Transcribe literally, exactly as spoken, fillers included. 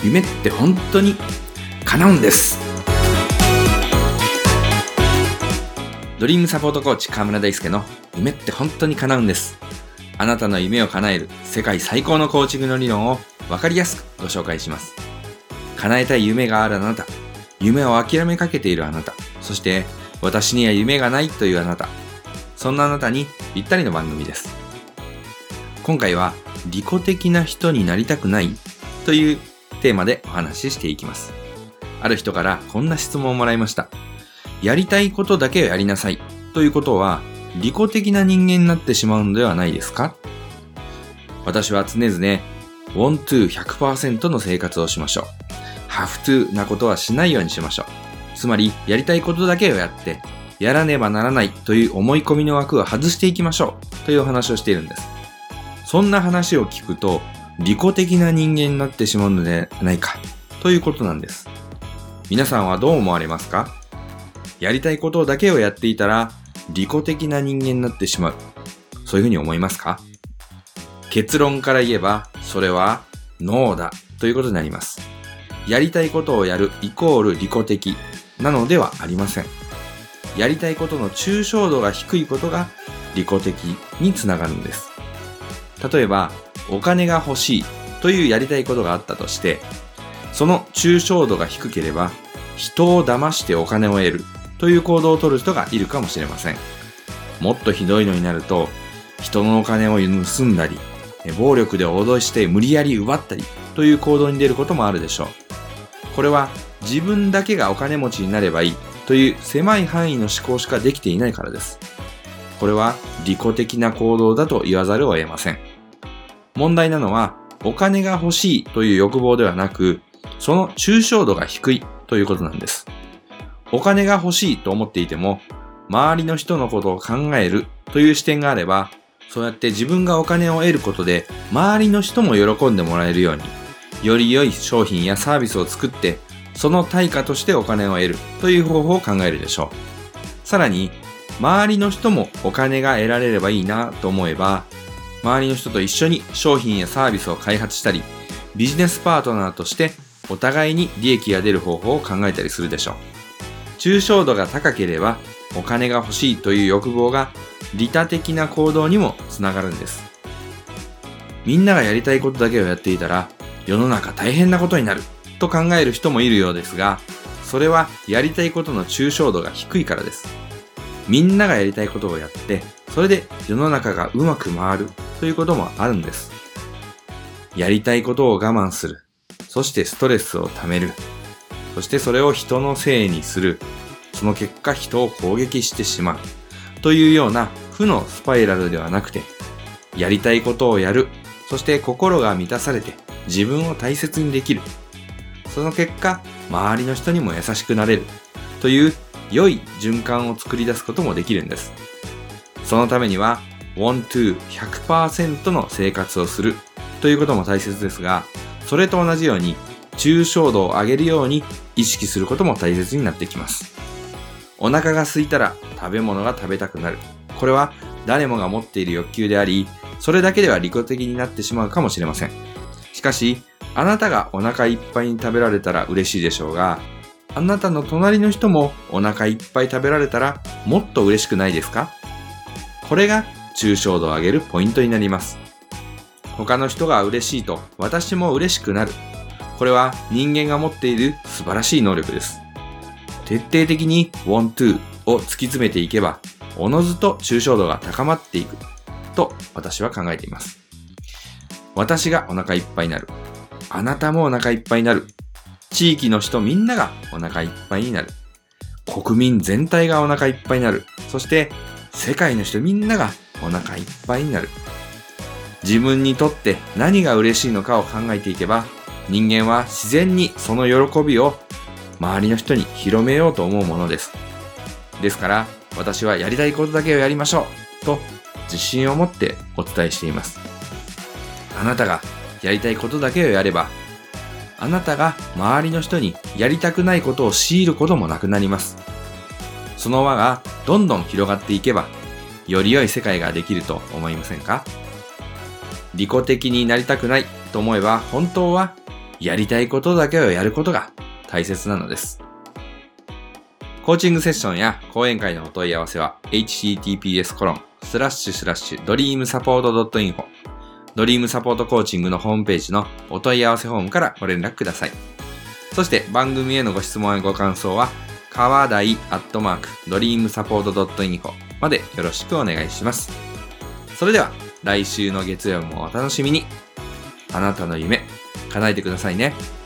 夢って本当に叶うんです。ドリームサポートコーチ川村大輔の夢って本当に叶うんです。あなたの夢を叶える世界最高のコーチングの理論を分かりやすくご紹介します。叶えたい夢があるあなた、夢を諦めかけているあなた、そして私には夢がないというあなた、そんなあなたにぴったりの番組です。今回は利己的な人になりたくないというテーマでお話ししていきます。ある人からこんな質問をもらいました。やりたいことだけをやりなさいということは利己的な人間になってしまうのではないですか？私は常々 want to ひゃくパーセント の生活をしましょう。have to なことはしないようにしましょう。つまりやりたいことだけをやってやらねばならないという思い込みの枠を外していきましょうというお話をしているんです。そんな話を聞くと利己的な人間になってしまうのではないかということなんです。皆さんはどう思われますか？やりたいことだけをやっていたら利己的な人間になってしまう。そういうふうに思いますか？結論から言えばそれはノーだということになります。やりたいことをやるイコール利己的なのではありません。やりたいことの抽象度が低いことが利己的につながるんです。例えばお金が欲しいというやりたいことがあったとして、その抽象度が低ければ人を騙してお金を得るという行動を取る人がいるかもしれません。もっとひどいのになると人のお金を盗んだり暴力で脅して無理やり奪ったりという行動に出ることもあるでしょう。これは自分だけがお金持ちになればいいという狭い範囲の思考しかできていないからです。これは利己的な行動だと言わざるを得ません。問題なのはお金が欲しいという欲望ではなく、その抽象度が低いということなんです。お金が欲しいと思っていても、周りの人のことを考えるという視点があれば、そうやって自分がお金を得ることで周りの人も喜んでもらえるように、より良い商品やサービスを作って、その対価としてお金を得るという方法を考えるでしょう。さらに、周りの人もお金が得られればいいなと思えば、周りの人と一緒に商品やサービスを開発したり、ビジネスパートナーとしてお互いに利益が出る方法を考えたりするでしょう。抽象度が高ければお金が欲しいという欲望が利他的な行動にもつながるんです。みんながやりたいことだけをやっていたら世の中大変なことになると考える人もいるようですが、それはやりたいことの抽象度が低いからです。みんながやりたいことをやって、それで世の中がうまく回るということもあるんです。やりたいことを我慢する。そしてストレスをためる。そしてそれを人のせいにする。その結果人を攻撃してしまう。というような負のスパイラルではなくて、やりたいことをやる。そして心が満たされて自分を大切にできる。その結果、周りの人にも優しくなれる。という良い循環を作り出すこともできるんです。そのためには want to ひゃくパーセント の生活をするということも大切ですが、それと同じように抽象度を上げるように意識することも大切になってきます。お腹が空いたら食べ物が食べたくなる。これは誰もが持っている欲求であり、それだけでは利己的になってしまうかもしれません。しかし、あなたがお腹いっぱいに食べられたら嬉しいでしょうが、あなたの隣の人もお腹いっぱい食べられたらもっと嬉しくないですか？これが抽象度を上げるポイントになります。他の人が嬉しいと私も嬉しくなる。これは人間が持っている素晴らしい能力です。徹底的に want to を突き詰めていけば、おのずと抽象度が高まっていくと私は考えています。私がお腹いっぱいになる。あなたもお腹いっぱいになる。地域の人みんながお腹いっぱいになる。国民全体がお腹いっぱいになる。そして世界の人みんながお腹いっぱいになる。自分にとって何が嬉しいのかを考えていけば、人間は自然にその喜びを周りの人に広めようと思うものです。ですから私はやりたいことだけをやりましょうと自信を持ってお伝えしています。あなたがやりたいことだけをやれば、あなたが周りの人にやりたくないことを強いることもなくなります。その輪がどんどん広がっていけば、より良い世界ができると思いませんか？利己的になりたくないと思えば、本当はやりたいことだけをやることが大切なのです。コーチングセッションや講演会のお問い合わせは エイチティーティーピーエスコロンスラッシュスラッシュドリームサポートドットインフォ ドリームサポートコーチングのホームページのお問い合わせフォームからご連絡ください。そして番組へのご質問やご感想は川台アットマークドリームサポートドットインフォまでよろしくお願いします。それでは来週の月曜もお楽しみに。あなたの夢叶えてくださいね。